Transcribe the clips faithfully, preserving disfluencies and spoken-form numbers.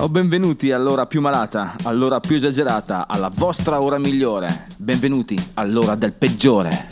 Oh, benvenuti all'ora più malata, all'ora più esagerata, alla vostra ora migliore. Benvenuti all'ora del peggiore.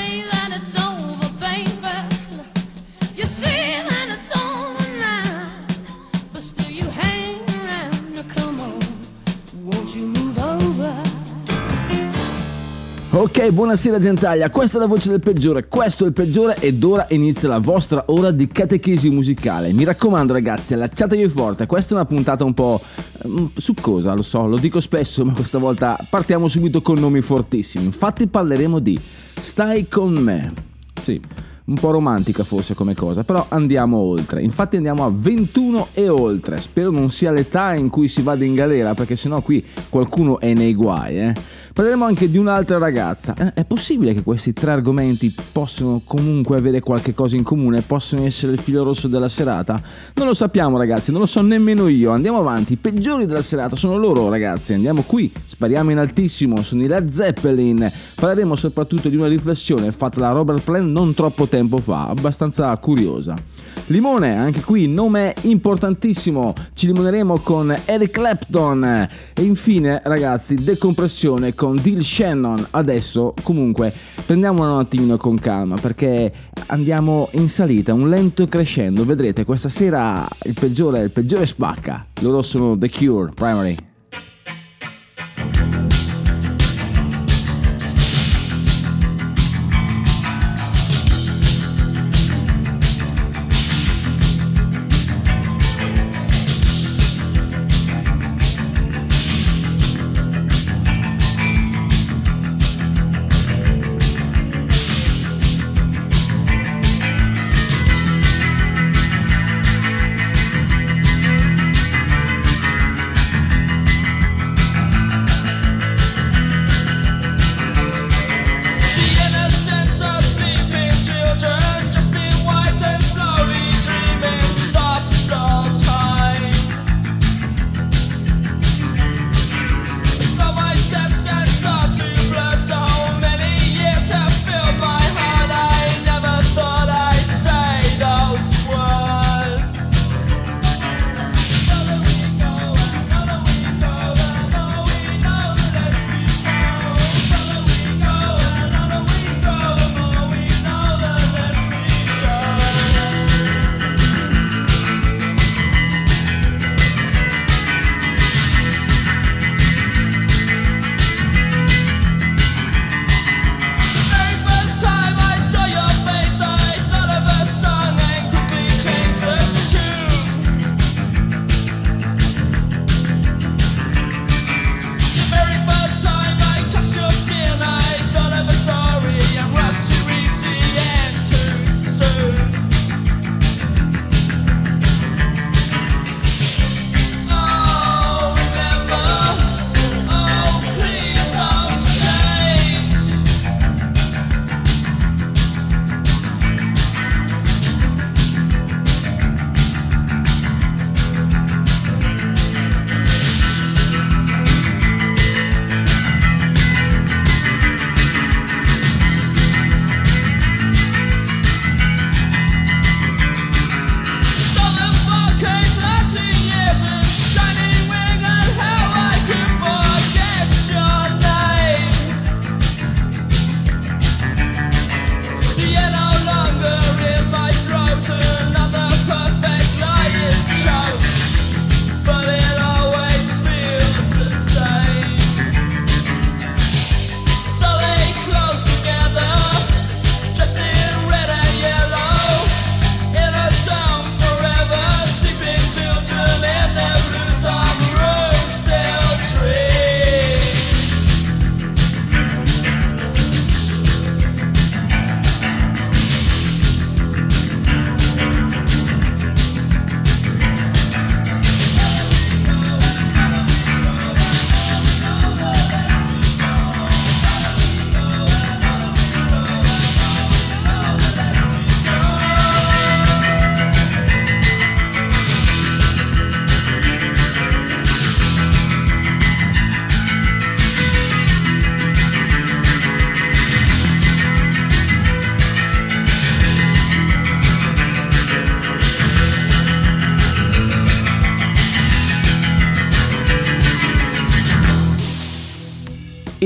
Ok, buonasera gentaglia, questa è la voce del peggiore, questo è il peggiore ed ora inizia la vostra ora di catechesi musicale. Mi raccomando ragazzi, allacciatevi forte, questa è una puntata un po' succosa, lo so, lo dico spesso, ma questa volta partiamo subito con nomi fortissimi. Infatti parleremo di Stai con me. Sì, un po' romantica forse come cosa, però andiamo oltre. Infatti andiamo a ventuno e oltre. Spero non sia l'età in cui si vada in galera, perché sennò qui qualcuno è nei guai, eh. Parleremo anche di un'altra ragazza. Eh, è possibile che questi tre argomenti possano comunque avere qualche cosa in comune? Possono essere il filo rosso della serata? Non lo sappiamo ragazzi, non lo so nemmeno io. Andiamo avanti, i peggiori della serata sono loro ragazzi. Andiamo qui, spariamo in altissimo, sono i Led Zeppelin. Parleremo soprattutto di una riflessione fatta da Robert Plant non troppo tempo fa, abbastanza curiosa. Limone, anche qui nome importantissimo, ci limoneremo con Eric Clapton. E infine ragazzi, decompressione con Dil Shannon. Adesso comunque prendiamola un attimino con calma, perché andiamo in salita, un lento crescendo. Vedrete questa sera il peggiore, il peggiore spacca. Loro sono The Cure, Primary.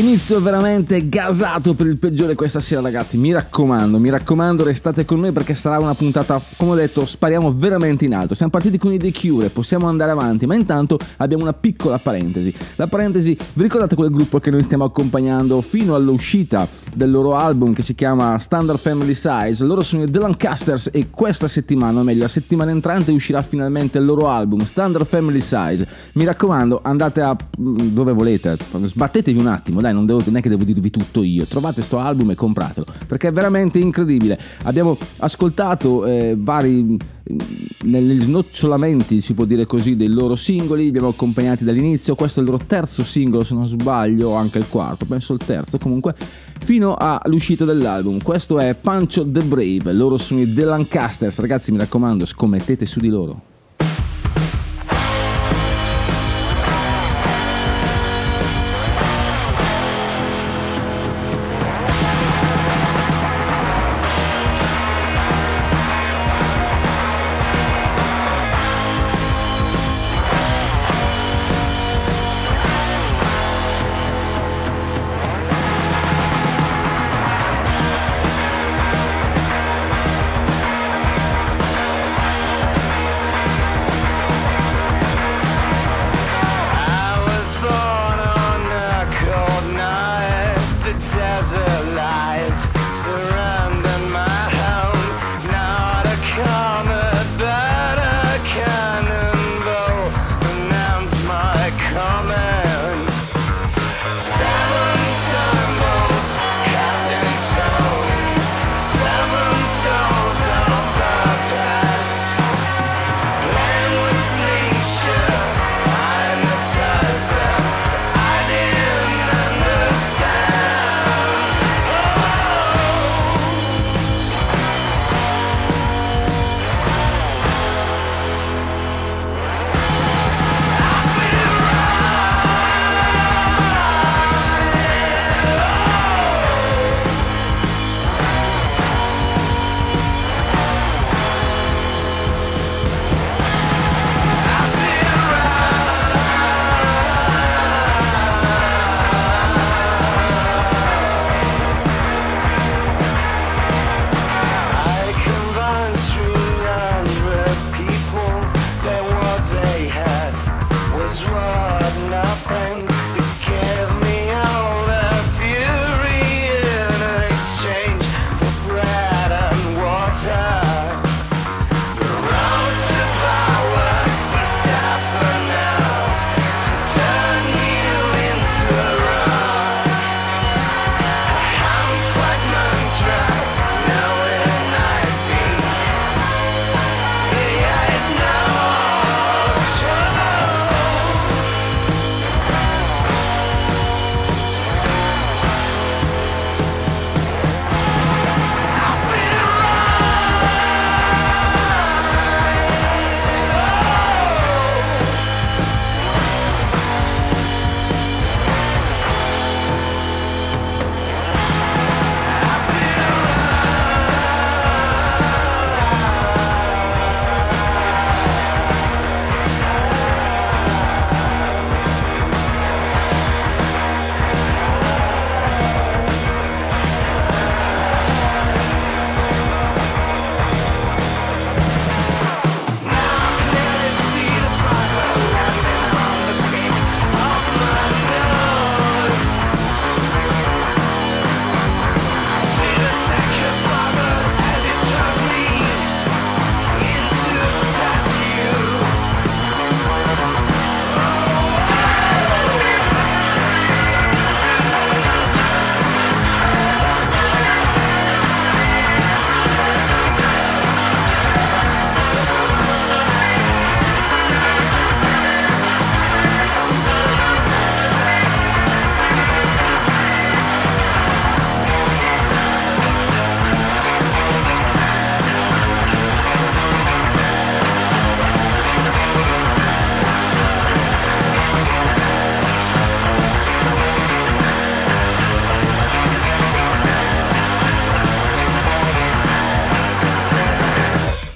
Inizio veramente gasato per il peggiore questa sera, ragazzi. Mi raccomando, mi raccomando, restate con noi perché sarà una puntata, come ho detto, spariamo veramente in alto. Siamo partiti con i The Cure, possiamo andare avanti, ma intanto abbiamo una piccola parentesi. La parentesi, vi ricordate quel gruppo che noi stiamo accompagnando fino all'uscita del loro album che si chiama Standard Family Size? Loro sono i The Lancasters e questa settimana, o meglio la settimana entrante, uscirà finalmente il loro album Standard Family Size. Mi raccomando, andate a dove volete, sbattetevi un attimo, dai, non, devo, non è che devo dirvi tutto io, trovate sto album e compratelo perché è veramente incredibile. Abbiamo ascoltato eh, vari negli snocciolamenti, si può dire così, dei loro singoli, li abbiamo accompagnati dall'inizio. Questo è il loro terzo singolo, se non sbaglio, o anche il quarto, penso il terzo, comunque fino all'uscita dell'album. Questo è Pancho the Brave, loro sono i The Lancasters. Ragazzi, mi raccomando, scommettete su di loro.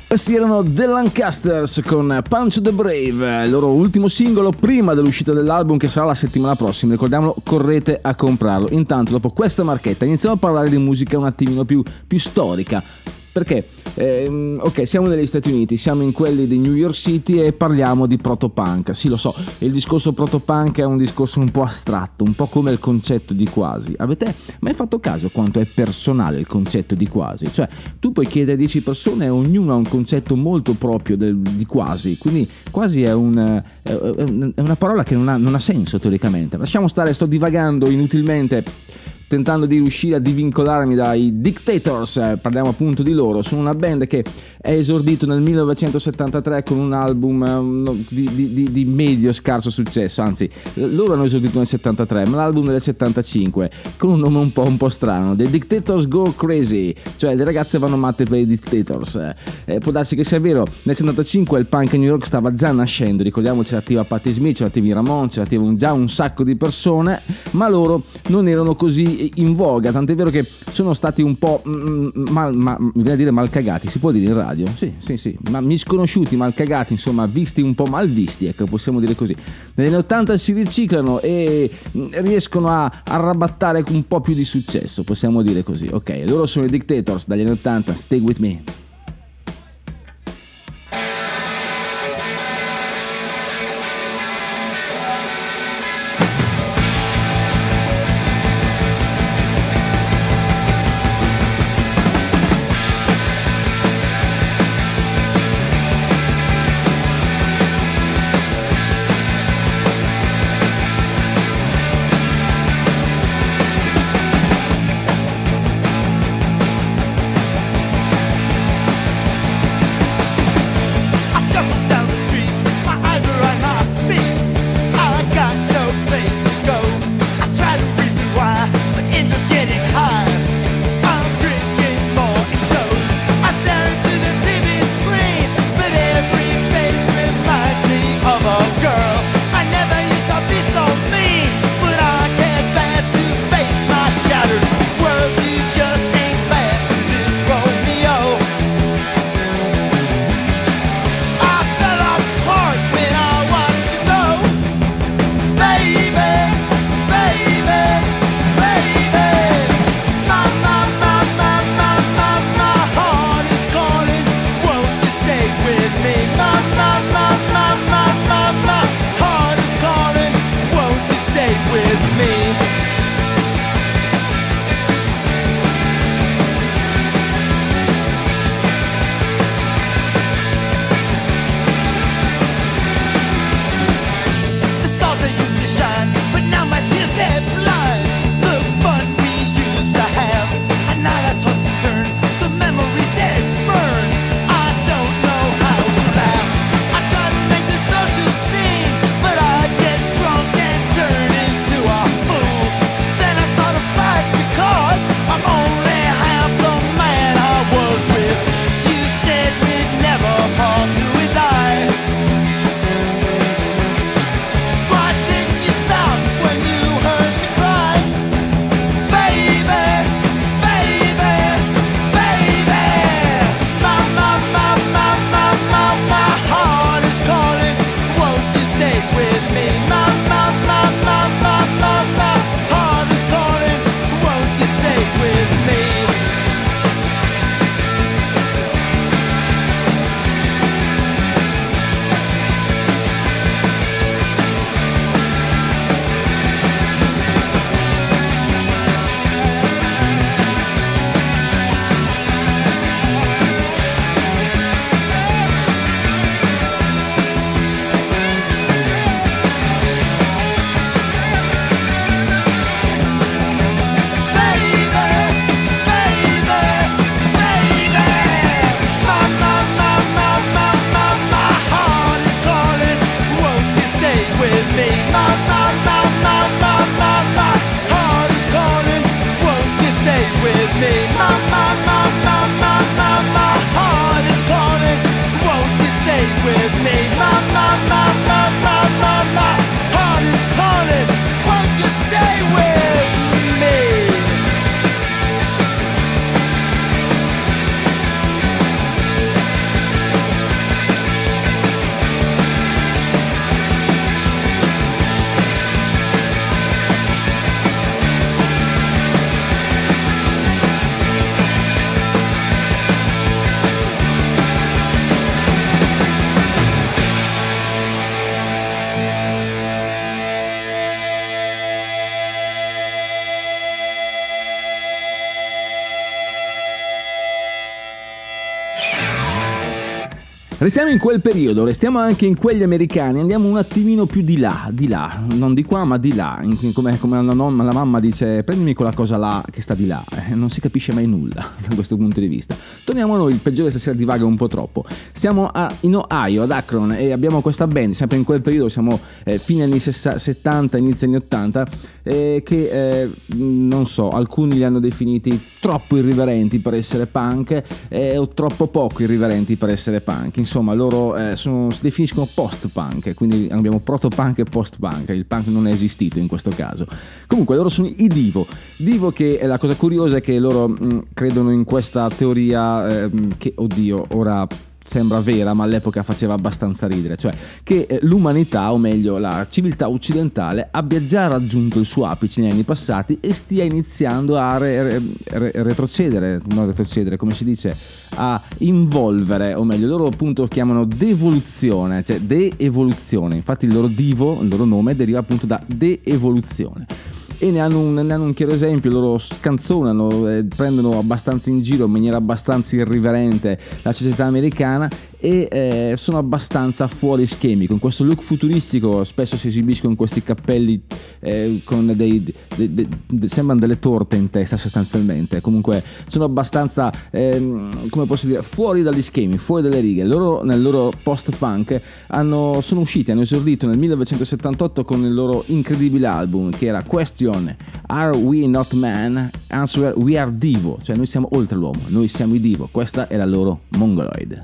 Questi erano The Lancasters con Punch the Brave, il loro ultimo singolo prima dell'uscita dell'album che sarà la settimana prossima, ricordiamolo, correte a comprarlo. Intanto dopo questa marchetta iniziamo a parlare di musica un attimino più, più storica. Perché, eh, ok, siamo negli Stati Uniti, siamo in quelli di New York City e parliamo di protopunk. Sì, lo so, il discorso protopunk è un discorso un po' astratto, un po' come il concetto di quasi. Avete mai fatto caso quanto è personale il concetto di quasi? Cioè, tu puoi chiedere a dieci persone e ognuno ha un concetto molto proprio del, di quasi, quindi quasi è, un, è una parola che non ha, non ha senso teoricamente. Lasciamo stare, sto divagando inutilmente, tentando di riuscire a divincolarmi dai Dictators. Eh, parliamo appunto di loro. Sono una band che è esordito nel millenovecentosettantatré con un album um, di, di, di medio scarso successo, anzi loro hanno esordito nel settantatré, ma l'album del settantacinque con un nome un po', un po' strano, The Dictators Go Crazy, cioè le ragazze vanno matte per i Dictators. Eh, può darsi che sia vero, nel settantacinque il punk a New York stava già nascendo, ricordiamo c'era attiva Patti Smith, c'era attivi Ramon, c'era attivo già un sacco di persone, ma loro non erano così in voga, tant'è vero che sono stati un po' mal, ma, mi viene a dire mal cagati, si può dire in radio? Sì, sì, sì, ma misconosciuti, mal cagati, insomma, visti un po' mal visti, ecco, possiamo dire così. Negli anni ottanta si riciclano e riescono a arrabattare un po' più di successo, possiamo dire così. Ok, loro sono i Dictators dagli anni ottanta, Stay With Me. Restiamo in quel periodo, restiamo anche in quegli americani, andiamo un attimino più di là, di là, non di qua ma di là, come, come la, nonna, la mamma dice prendimi quella cosa là che sta di là, eh, non si capisce mai nulla da questo punto di vista. Torniamo a noi, il peggiore stasera divaga un po' troppo. Siamo a, in Ohio, ad Akron, e abbiamo questa band, sempre in quel periodo, siamo eh, fine anni settanta, inizio anni ottanta, eh, che eh, non so, alcuni li hanno definiti troppo irriverenti per essere punk eh, o troppo poco irriverenti per essere punk. Insomma, loro eh, sono, si definiscono post-punk, quindi abbiamo proto-punk e post-punk, il punk non è esistito in questo caso. Comunque loro sono i Divo. Divo, che è la cosa curiosa è che loro mh, credono in questa teoria eh, che, oddio, ora sembra vera, ma all'epoca faceva abbastanza ridere, cioè che eh, l'umanità, o meglio la civiltà occidentale, abbia già raggiunto il suo apice negli anni passati e stia iniziando a re- re- retrocedere, non retrocedere, come si dice, a involvere, o meglio loro appunto chiamano devoluzione, cioè de-evoluzione. Infatti il loro Divo, il loro nome deriva appunto da de-evoluzione. E ne hanno, un, ne hanno un chiaro esempio, loro scanzonano, eh, prendono abbastanza in giro in maniera abbastanza irriverente la società americana e eh, sono abbastanza fuori schemi. Con questo look futuristico spesso si esibiscono questi cappelli eh, con dei, dei, dei, dei sembrano delle torte in testa sostanzialmente. Comunque sono abbastanza eh, come posso dire, fuori dagli schemi, fuori dalle righe. Loro nel loro post-punk hanno, sono usciti, hanno esordito nel millenovecentosettantotto con il loro incredibile album che era Question Are We Not Man? Answer We Are Divo, cioè noi siamo oltre l'uomo, noi siamo i Divo. Questa è la loro Mongoloid.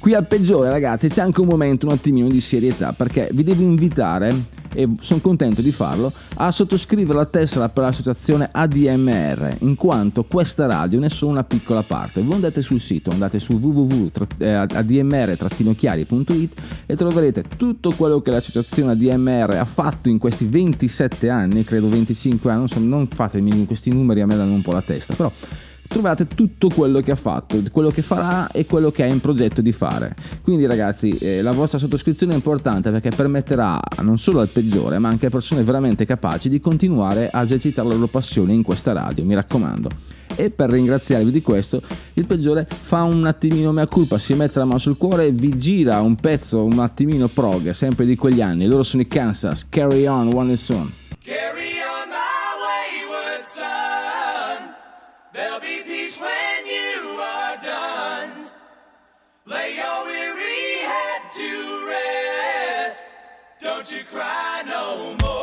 Qui al peggiore, ragazzi, c'è anche un momento un attimino di serietà, perché vi devo invitare, e sono contento di farlo, a sottoscrivere la tessera per l'associazione A D M R, in quanto questa radio ne è solo una piccola parte. Voi andate sul sito, andate su w w w punto a d m r chiari punto i t e troverete tutto quello che l'associazione A D M R ha fatto in questi ventisette anni, credo venticinque anni, non, so, non fatemi questi numeri, a me danno un po' la testa, però trovate tutto quello che ha fatto, quello che farà e quello che è in progetto di fare. Quindi ragazzi, eh, la vostra sottoscrizione è importante, perché permetterà non solo al peggiore ma anche a persone veramente capaci di continuare a esercitare la loro passione in questa radio, mi raccomando. E per ringraziarvi di questo, il peggiore fa un attimino mea culpa, si mette la mano sul cuore e vi gira un pezzo un attimino prog, sempre di quegli anni. Loro sono i Kansas, Carry On One and Son. Carry on my wayward son, there'll be peace when you are done. Lay your weary head to rest, don't you cry no more.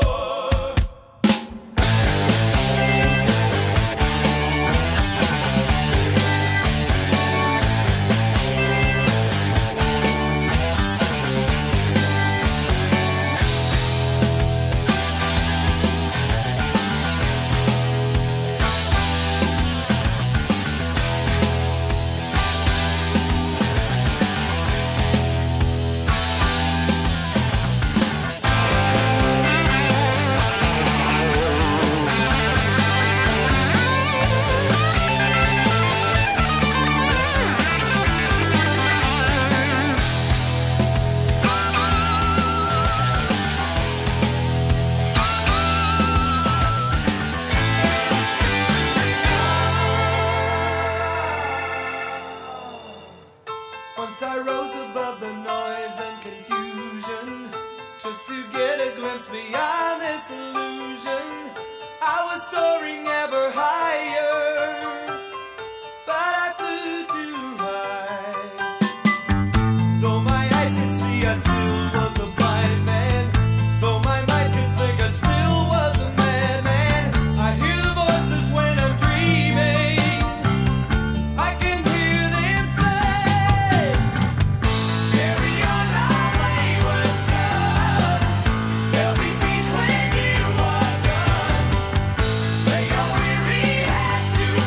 Once I rose above the noise and confusion, just to get a glimpse beyond this illusion. I was soaring ever higher, but I flew too high. Though my eyes could see, I still was a blind man. Though my mind could think, I still was a madman. I hear the voices when I'm dreaming, I can hear them say, carry on my wayward son, there'll be peace when you are done. Lay your weary head to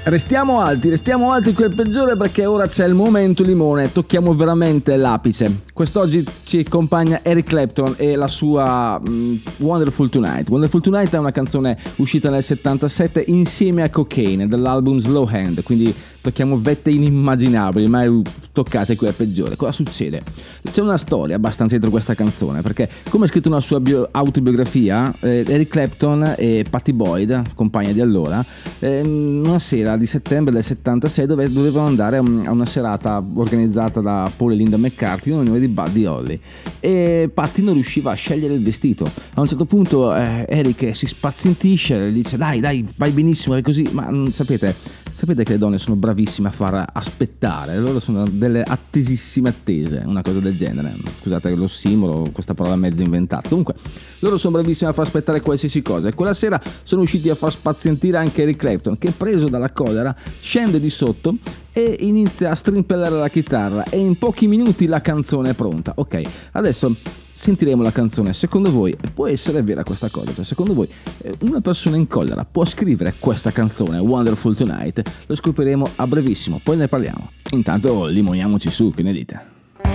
Restiamo alti, restiamo alti quel peggiore perché ora c'è il momento limone, tocchiamo veramente l'apice. Quest'oggi ci accompagna Eric Clapton e la sua um, Wonderful Tonight. Wonderful Tonight è una canzone uscita nel settantasette insieme a Cocaine dall'album Slow Hand, quindi tocchiamo vette inimmaginabili, mai toccate quel peggiore. Cosa succede? C'è una storia abbastanza dietro questa canzone, perché come ha scritto una sua bio- autobiografia, eh, Eric Clapton e Pattie Boyd, compagna di allora, eh, una sera di settembre del settantasei dove dovevano andare a una serata organizzata da Paul e Linda McCartney in onore di Buddy Holly, e Pattie non riusciva a scegliere il vestito. A un certo punto eh, Eric si spazientisce e dice dai dai vai benissimo, è così, ma mh, sapete Sapete che le donne sono bravissime a far aspettare, loro sono delle attesissime attese, una cosa del genere. Scusate l'ossimolo, questa parola mezza inventata. Comunque, loro sono bravissime a far aspettare qualsiasi cosa. E quella sera sono riusciti a far spazientire anche Eric Clapton, che preso dalla collera scende di sotto e inizia a strimpellare la chitarra e in pochi minuti la canzone è pronta. Ok, adesso sentiremo la canzone. Secondo voi può essere vera questa cosa? Cioè, secondo voi una persona in collera può scrivere questa canzone Wonderful Tonight? Lo scopriremo a brevissimo, poi ne parliamo. Intanto limoniamoci su, che ne dite?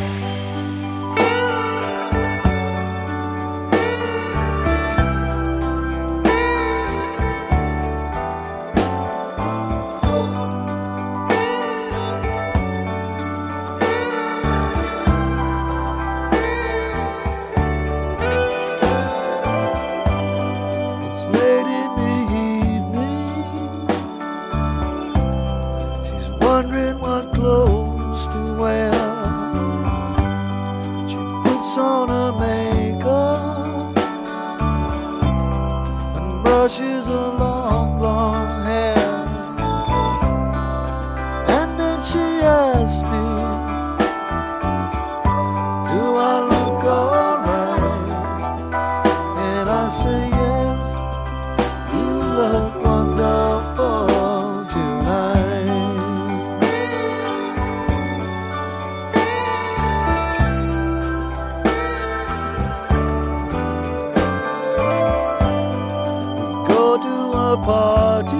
Party,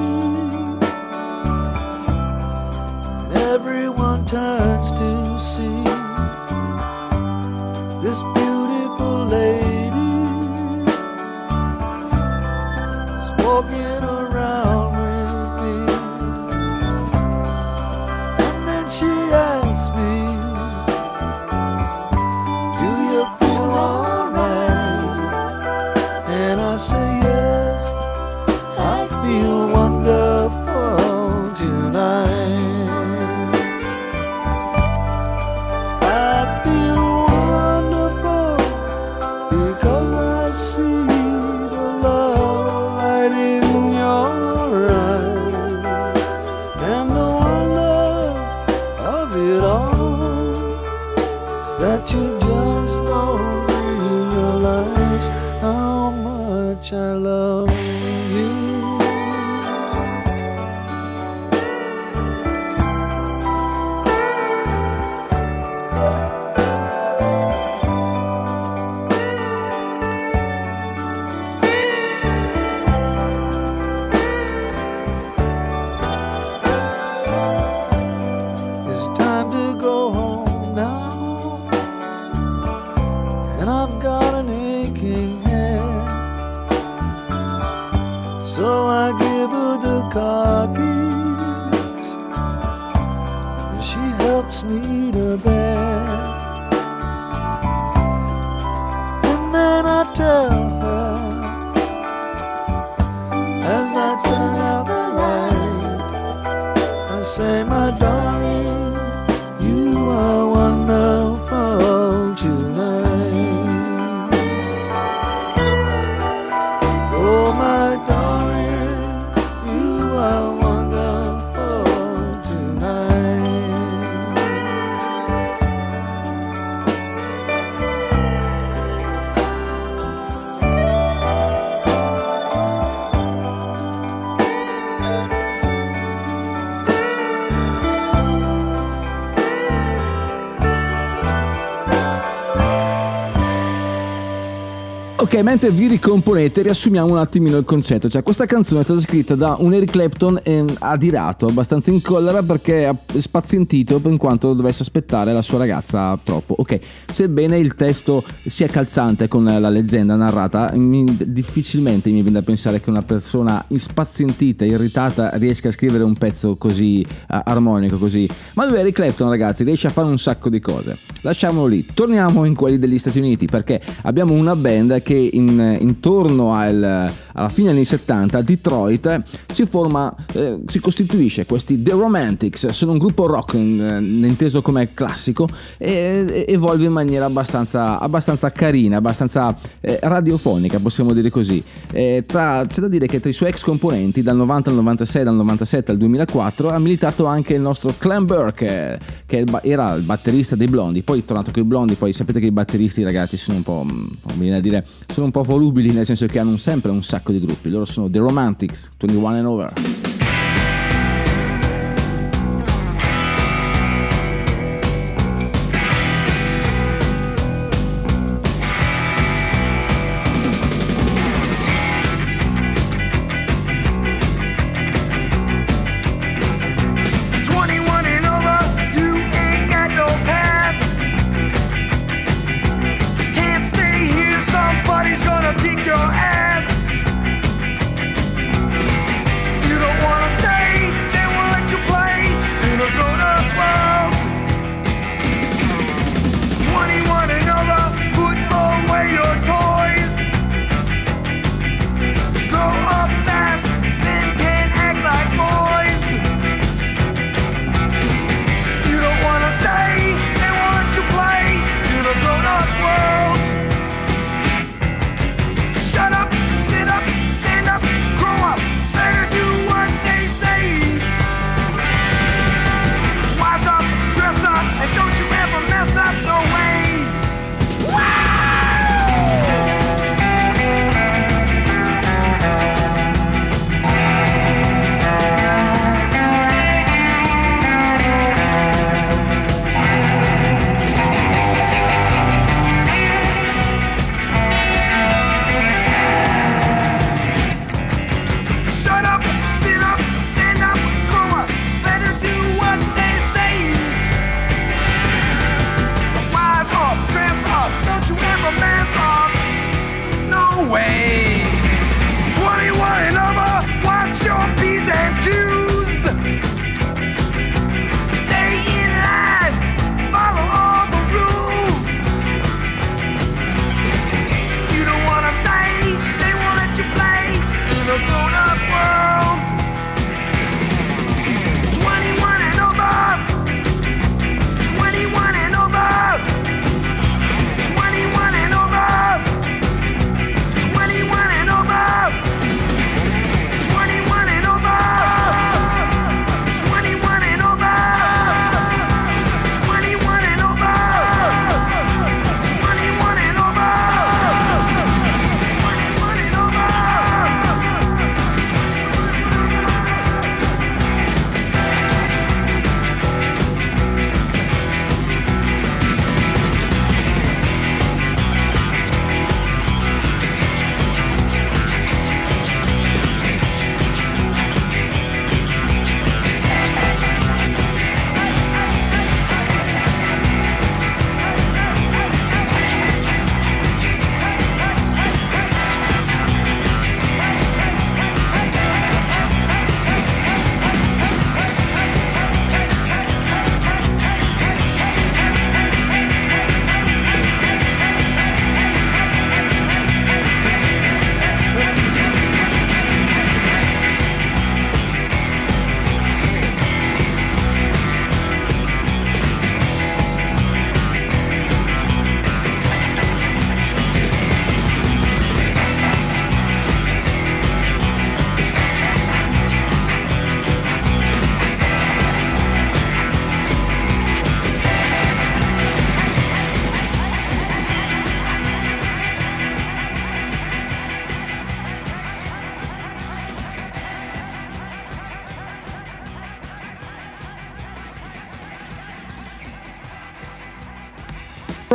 and everyone turns to see this beautiful lady is walking around with me. And then she asks me, do you feel alright? And I say yes, I feel wonderful tonight. I feel wonderful because I see the love light in your eyes, and the wonder of it all is that you just don't realize how much I love you. So I give her the car keys, and she helps me to bed. And then I tell her, as I turn out the light, I say, my darling, you are wonderful tonight. Oh, my darling, you are wonderful tonight. Ok, mentre vi ricomponete, riassumiamo un attimino il concetto. Cioè, questa canzone è stata scritta da un Eric Clapton eh, adirato, abbastanza in collera perché è spazientito in quanto dovesse aspettare la sua ragazza troppo. Ok, sebbene il testo sia calzante con la leggenda narrata, mi, difficilmente mi viene da pensare che una persona spazientita, irritata, riesca a scrivere un pezzo così uh, armonico, così. Ma lui, Eric Clapton, ragazzi, riesce a fare un sacco di cose. Lasciamolo lì. Torniamo in quelli degli Stati Uniti, perché abbiamo una band che che in, intorno al, alla fine degli anni settanta a Detroit si forma, eh, si costituisce. Questi The Romantics sono un gruppo rock in, inteso come classico e, e evolve in maniera abbastanza, abbastanza carina, abbastanza eh, radiofonica, possiamo dire così. Eh, tra, c'è da dire che tra i suoi ex componenti dal novanta al novantasei, dal novantasette al duemilaquattro ha militato anche il nostro Clem Burke, che era il batterista dei Blondie, poi è tornato con i Blondie. Poi sapete che i batteristi, ragazzi, sono un po', mi viene a dire, sono un po' volubili, nel senso che hanno sempre un sacco di gruppi. Loro sono The Romantics, ventuno and Over. Somebody's gonna kick your ass. You don't want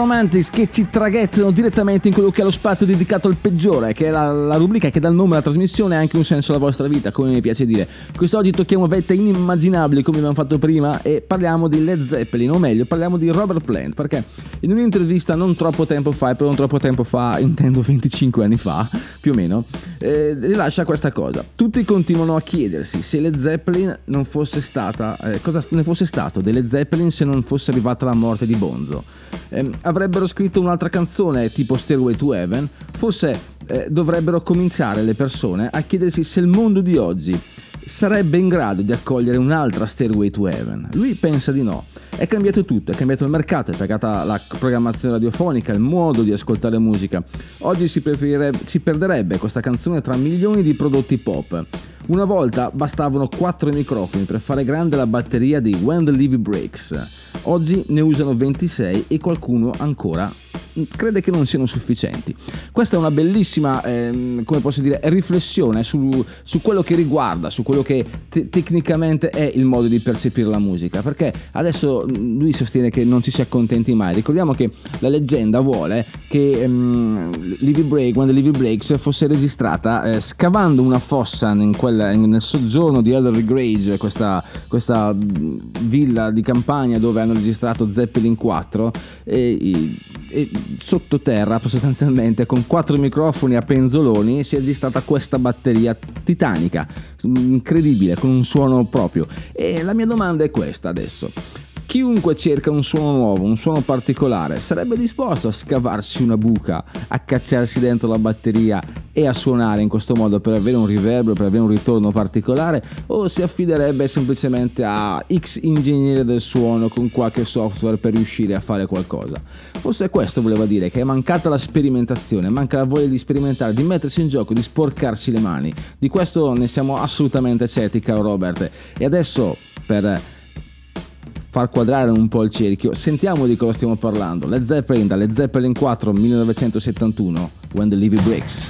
Romantics che ci traghettano direttamente in quello che è lo spazio dedicato al peggiore, che è la, la rubrica che dà il nome alla trasmissione e anche un senso alla vostra vita, come mi piace dire. Quest'oggi tocchiamo vette inimmaginabili come abbiamo fatto prima e parliamo di Led Zeppelin, o meglio parliamo di Robert Plant, perché in un'intervista non troppo tempo fa, e per non troppo tempo fa intendo venticinque anni fa più o meno, eh, rilascia questa cosa: tutti continuano a chiedersi se Led Zeppelin non fosse stata eh, cosa ne fosse stato delle Zeppelin se non fosse arrivata la morte di Bonzo. Eh, avrebbero scritto un'altra canzone tipo Stairway to Heaven? Forse eh, dovrebbero cominciare le persone a chiedersi se il mondo di oggi sarebbe in grado di accogliere un'altra Stairway to Heaven. Lui pensa di no. È cambiato tutto, è cambiato il mercato, è cambiata la programmazione radiofonica, il modo di ascoltare musica. Oggi si, si perderebbe questa canzone tra milioni di prodotti pop. Una volta bastavano quattro microfoni per fare grande la batteria di When the Levee Breaks. Oggi ne usano ventisei e qualcuno ancora crede che non siano sufficienti. Questa è una bellissima, eh, come posso dire, riflessione su, su quello che riguarda, su quello che te- tecnicamente è il modo di percepire la musica, perché adesso lui sostiene che non ci si accontenti mai. Ricordiamo che la leggenda vuole che um, Levee Break, When the Levee Breaks fosse registrata eh, scavando una fossa in quella, in, nel soggiorno di Ellery Grange, questa, questa villa di campagna dove hanno registrato Zeppelin quattro, e, e sottoterra sostanzialmente con quattro microfoni a penzoloni si è registrata questa batteria titanica, incredibile, con un suono proprio. E la mia domanda è questa adesso: chiunque cerca un suono nuovo, un suono particolare, sarebbe disposto a scavarsi una buca, a cacciarsi dentro la batteria e a suonare in questo modo per avere un riverbero, per avere un ritorno particolare, o si affiderebbe semplicemente a X ingegnere del suono con qualche software per riuscire a fare qualcosa? Forse questo voleva dire, che è mancata la sperimentazione, manca la voglia di sperimentare, di mettersi in gioco, di sporcarsi le mani. Di questo ne siamo assolutamente certi, caro Robert. E adesso, per far quadrare un po' il cerchio, sentiamo di cosa stiamo parlando. Led Zeppelin, da Led Zeppelin quattro millenovecentosettantuno, When the Levee Breaks.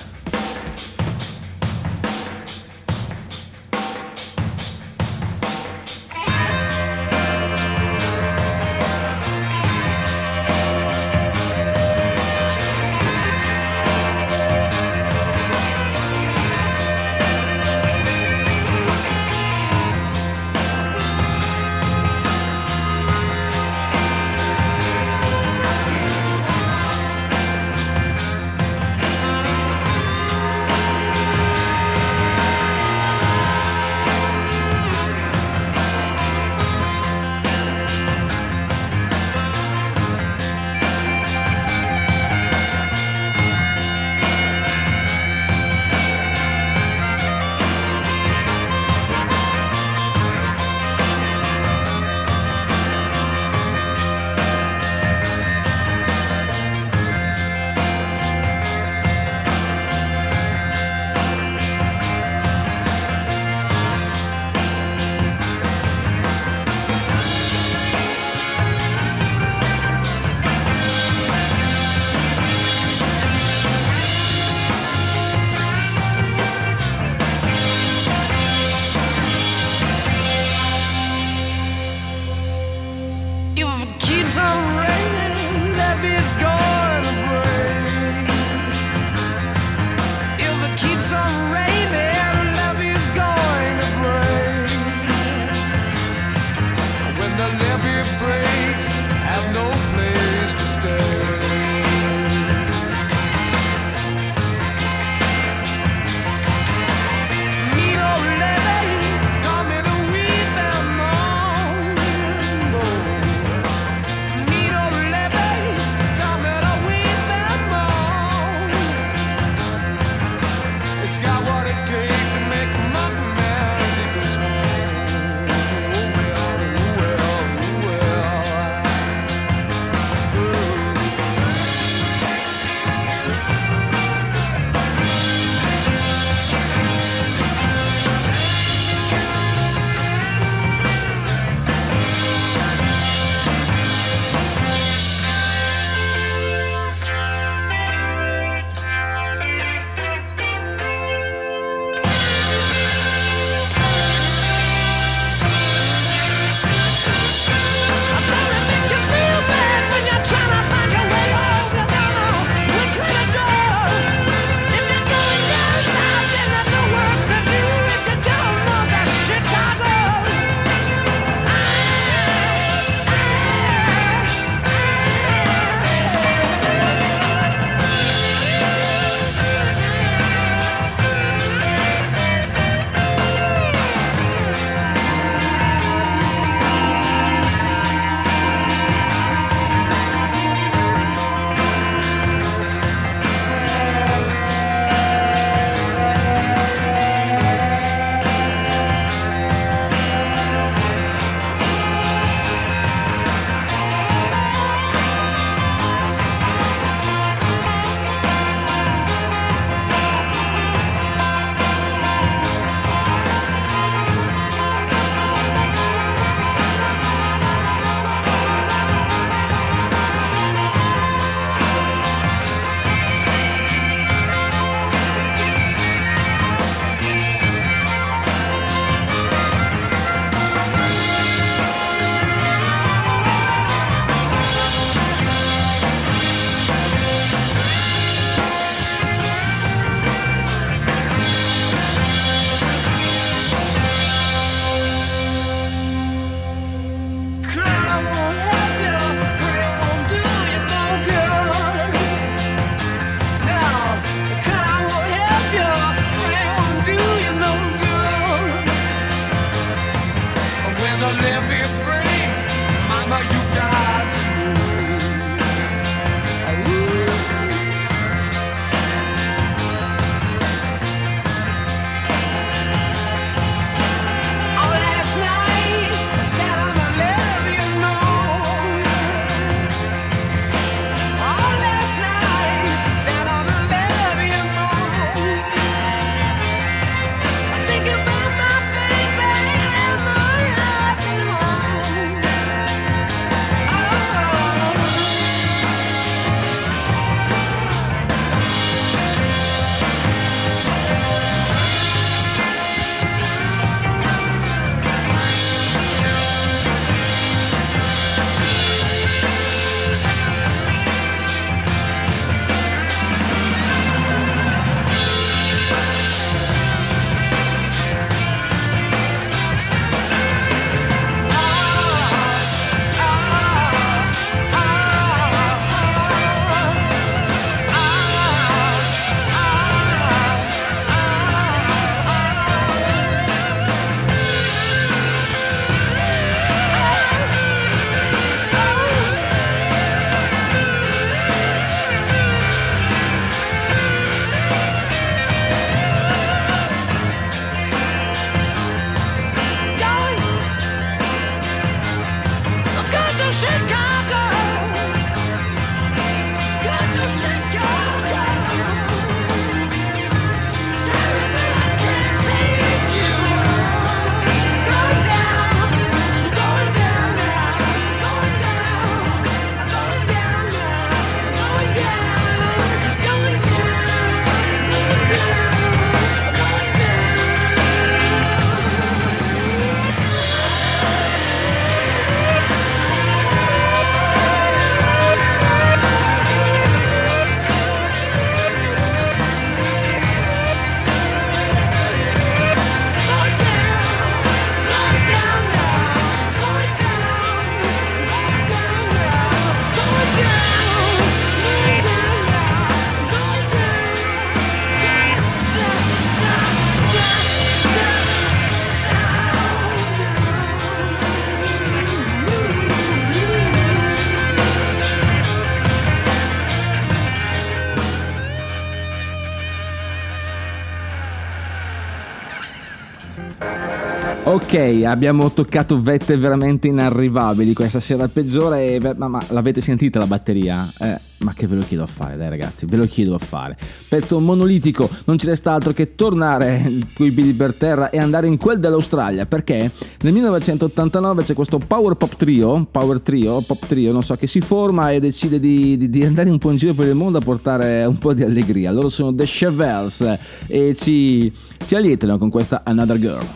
Ok, abbiamo toccato vette veramente inarrivabili questa sera al peggiore e, ma, ma l'avete sentita la batteria? Eh, ma che ve lo chiedo a fare, dai ragazzi, ve lo chiedo a fare. Pezzo monolitico, non ci resta altro che tornare coi piedi per terra e andare in quel dell'Australia, perché nel millenovecentottantanove c'è questo power pop trio, power trio, pop trio, non so, che si forma e decide di, di, di andare un po' in giro per il mondo a portare un po' di allegria. Loro sono The Chevelles e ci, ci allietano con questa Another Girl.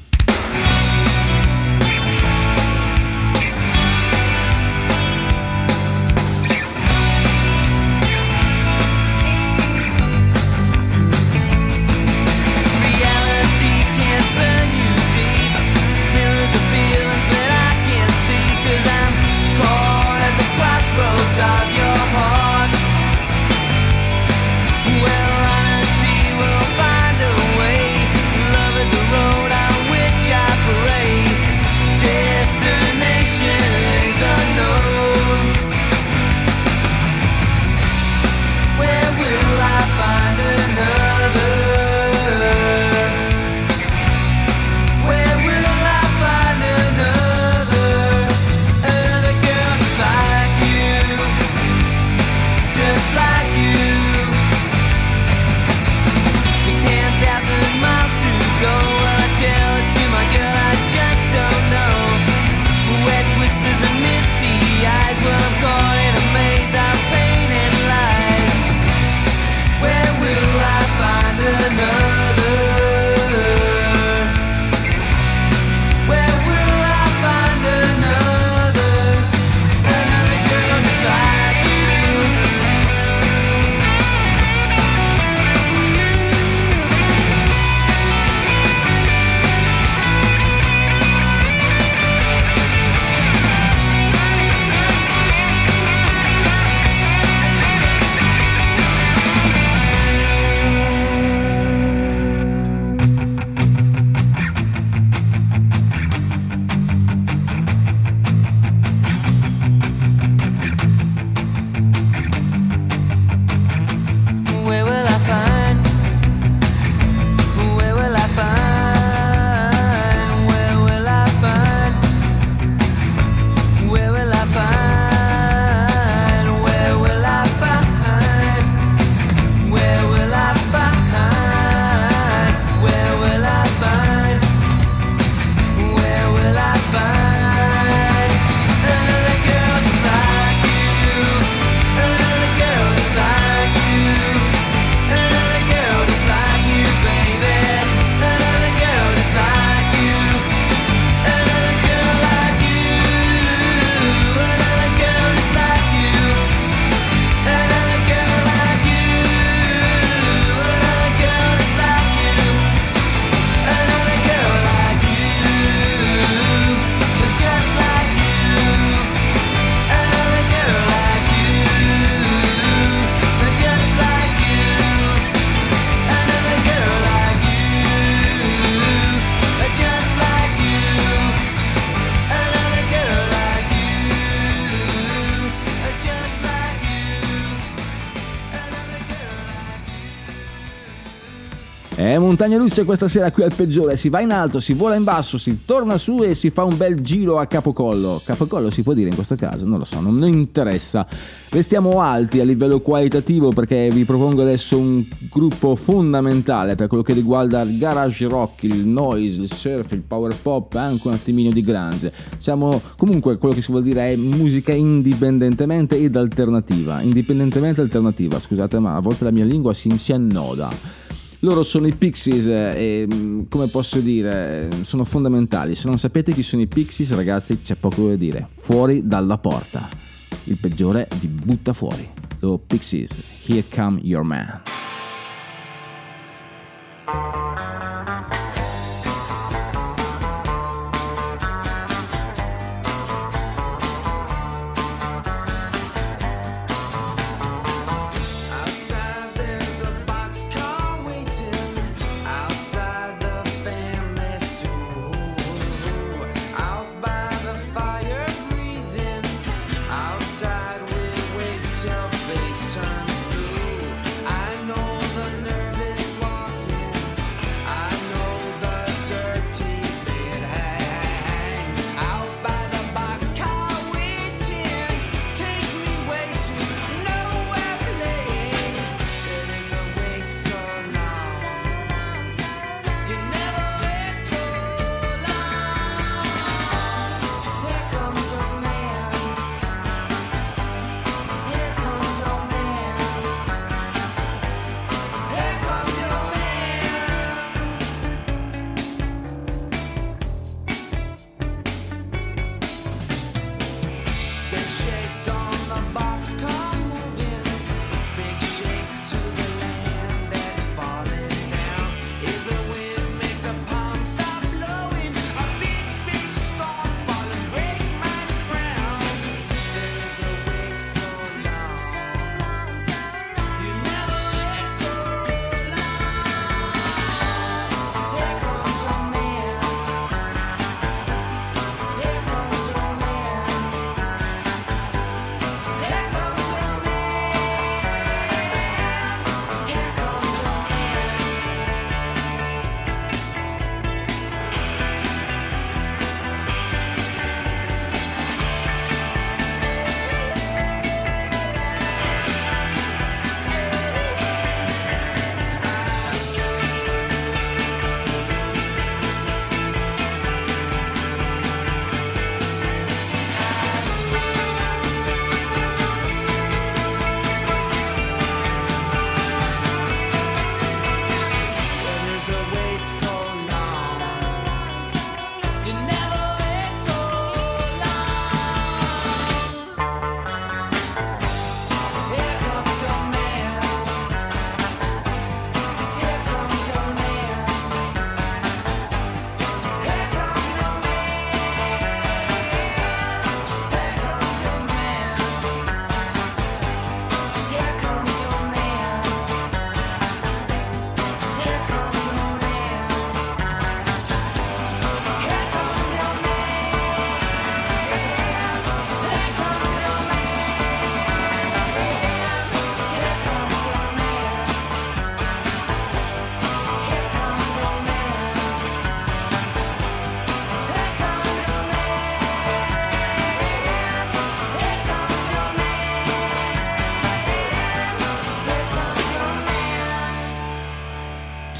Eh, montagne russe questa sera qui al peggiore, si va in alto, si vola in basso, si torna su e si fa un bel giro a capocollo. Capocollo si può dire in questo caso? Non lo so, non mi interessa. Restiamo alti a livello qualitativo perché vi propongo adesso un gruppo fondamentale per quello che riguarda il garage rock, il noise, il surf, il power pop e anche un attimino di grunge. Siamo comunque, quello che si vuol dire è musica indipendentemente ed alternativa. Indipendentemente alternativa, scusate, ma a volte la mia lingua si, si annoda. Loro sono i Pixies e, come posso dire, sono fondamentali. Se non sapete chi sono i Pixies, ragazzi, c'è poco da dire. Fuori dalla porta. Il peggiore vi butta fuori. So Pixies, Here Come Your Man. Face turns blue. I know the nervous walking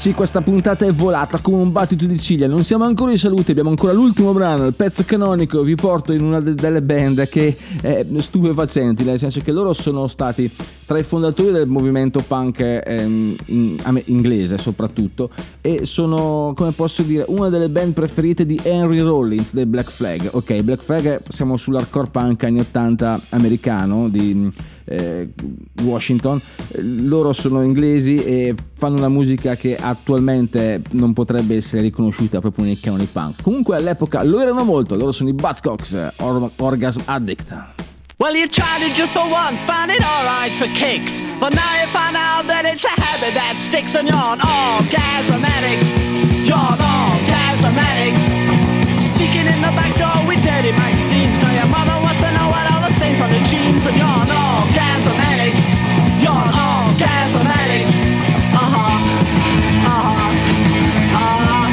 sì, questa puntata è volata come un battito di ciglia. Non siamo ancora in salute, abbiamo ancora l'ultimo brano, il pezzo canonico. Vi porto in una de- delle band che è stupefacenti, nel senso che loro sono stati tra i fondatori del movimento punk ehm, in, in, inglese soprattutto, e sono, come posso dire, una delle band preferite di Henry Rollins dei Black Flag. Ok, Black Flag, siamo sull'hardcore punk anni ottanta americano di eh, Washington. Loro sono inglesi e fanno una musica che attualmente non potrebbe essere riconosciuta proprio nei canoni punk. Comunque all'epoca lo erano molto. Loro sono i Buzzcocks, Or- Orgasm Addict. Well, you tried it just for once, found it alright for kicks, but now you find out that it's a habit that sticks, and you're an orgasm addict. You're an orgasm addict. Sneaking in the back door with dirty magazines, so your mother wants to know what all the stains on the jeans, and you're an orgasm addict. You're an orgasm addict. Uh-huh, uh-huh, uh-huh.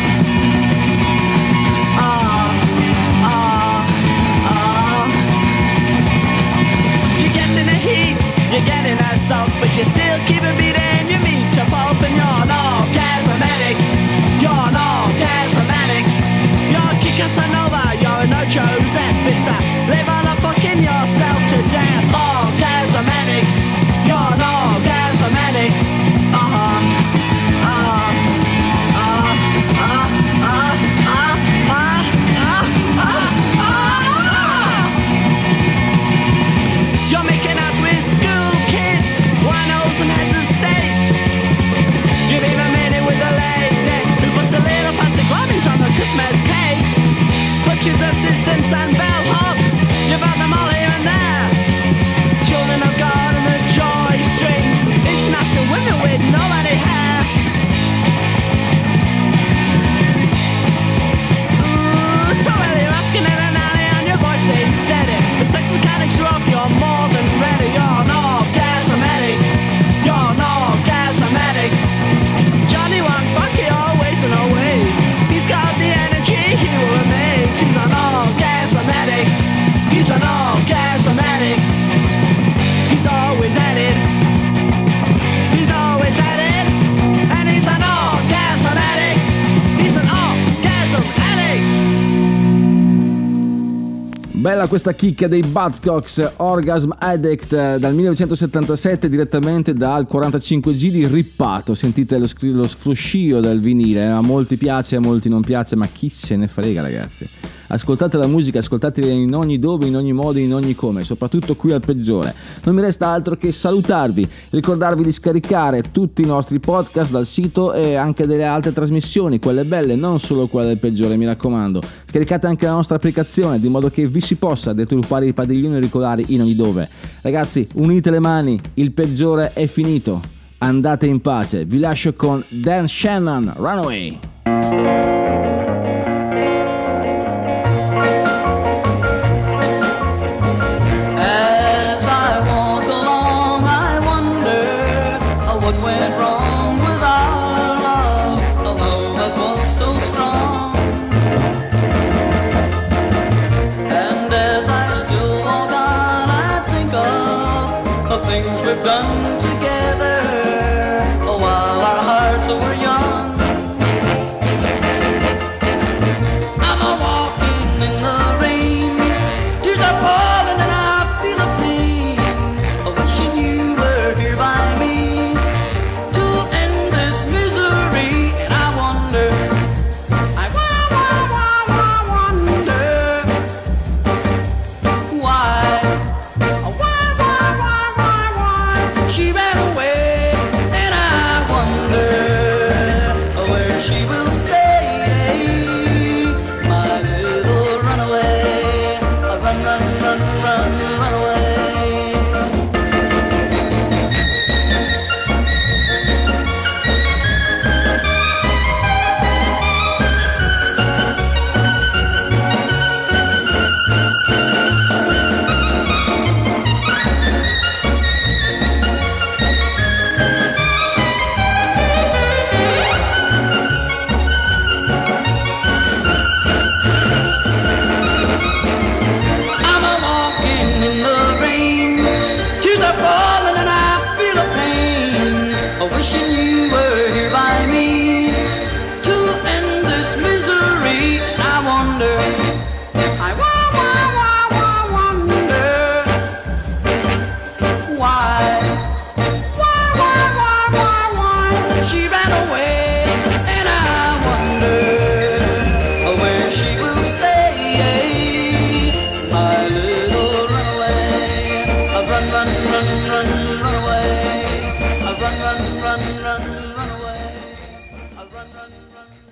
You're getting assault, but you still keep it beating your meat to pulp, and you're an orgasm addict. You're an orgasm addict. You're a Casanova, you're a no Joseph. It's a live on a fucking yourself to death. Orgasm addict. You're an orgasm addict. Uh-huh. Uh-huh. Uh-huh. Uh-huh. Uh-huh. Uh-huh. Uh-huh. You're making out with school kids, winos and heads of state. You've even made it with a lady who puts the little plastic bobbins on the Christmas cakes. Butchers, assistants and bellhops, you've had them all here and there. Children of God and the joy strings, international women with nobody hair. Ooh, so well you're asking in an alley and your voice ain't steady. The sex mechanics are off, you're more than ready. You're an orgasm addict. You're an orgasm addict. Johnny won't fuck you always and always. He's got the energy, he will amaze. He's an orgasm addict. He's an orgasm addict. He's always at it. He's always at it. And he's an orgasm addict. He's an orgasm addict. Bella questa chicca dei Buzzcocks, Orgasm Addict, dal millenovecentosettantasette, direttamente dal quarantacinque G di Rippato. Sentite lo, scr- lo fruscio del vinile, a molti piace, a molti non piace, ma chi se ne frega, ragazzi. Ascoltate la musica, ascoltatela in ogni dove, in ogni modo, in ogni come, soprattutto qui al Peggiore. Non mi resta altro che salutarvi, ricordarvi di scaricare tutti i nostri podcast dal sito e anche delle altre trasmissioni, quelle belle, non solo quelle del Peggiore, mi raccomando. Scaricate anche la nostra applicazione, di modo che vi si possa deturpare i padiglioni auricolari in ogni dove. Ragazzi, unite le mani, il Peggiore è finito. Andate in pace, vi lascio con Dan Shannon, Runaway. Things we've done together while our hearts were young. I'm a walking in the rain, tears are falling and I feel a pain, wishing you were here by me to end this misery. And I wonder, I wa- wa- wa- wa- wonder why. She ran away, and I wonder where she will stay. My little runaway, run, run, run, run, run away. Wishing you were here by me run, run, run, run away. I'll run, run, run, run, run away. I'll run, run, run.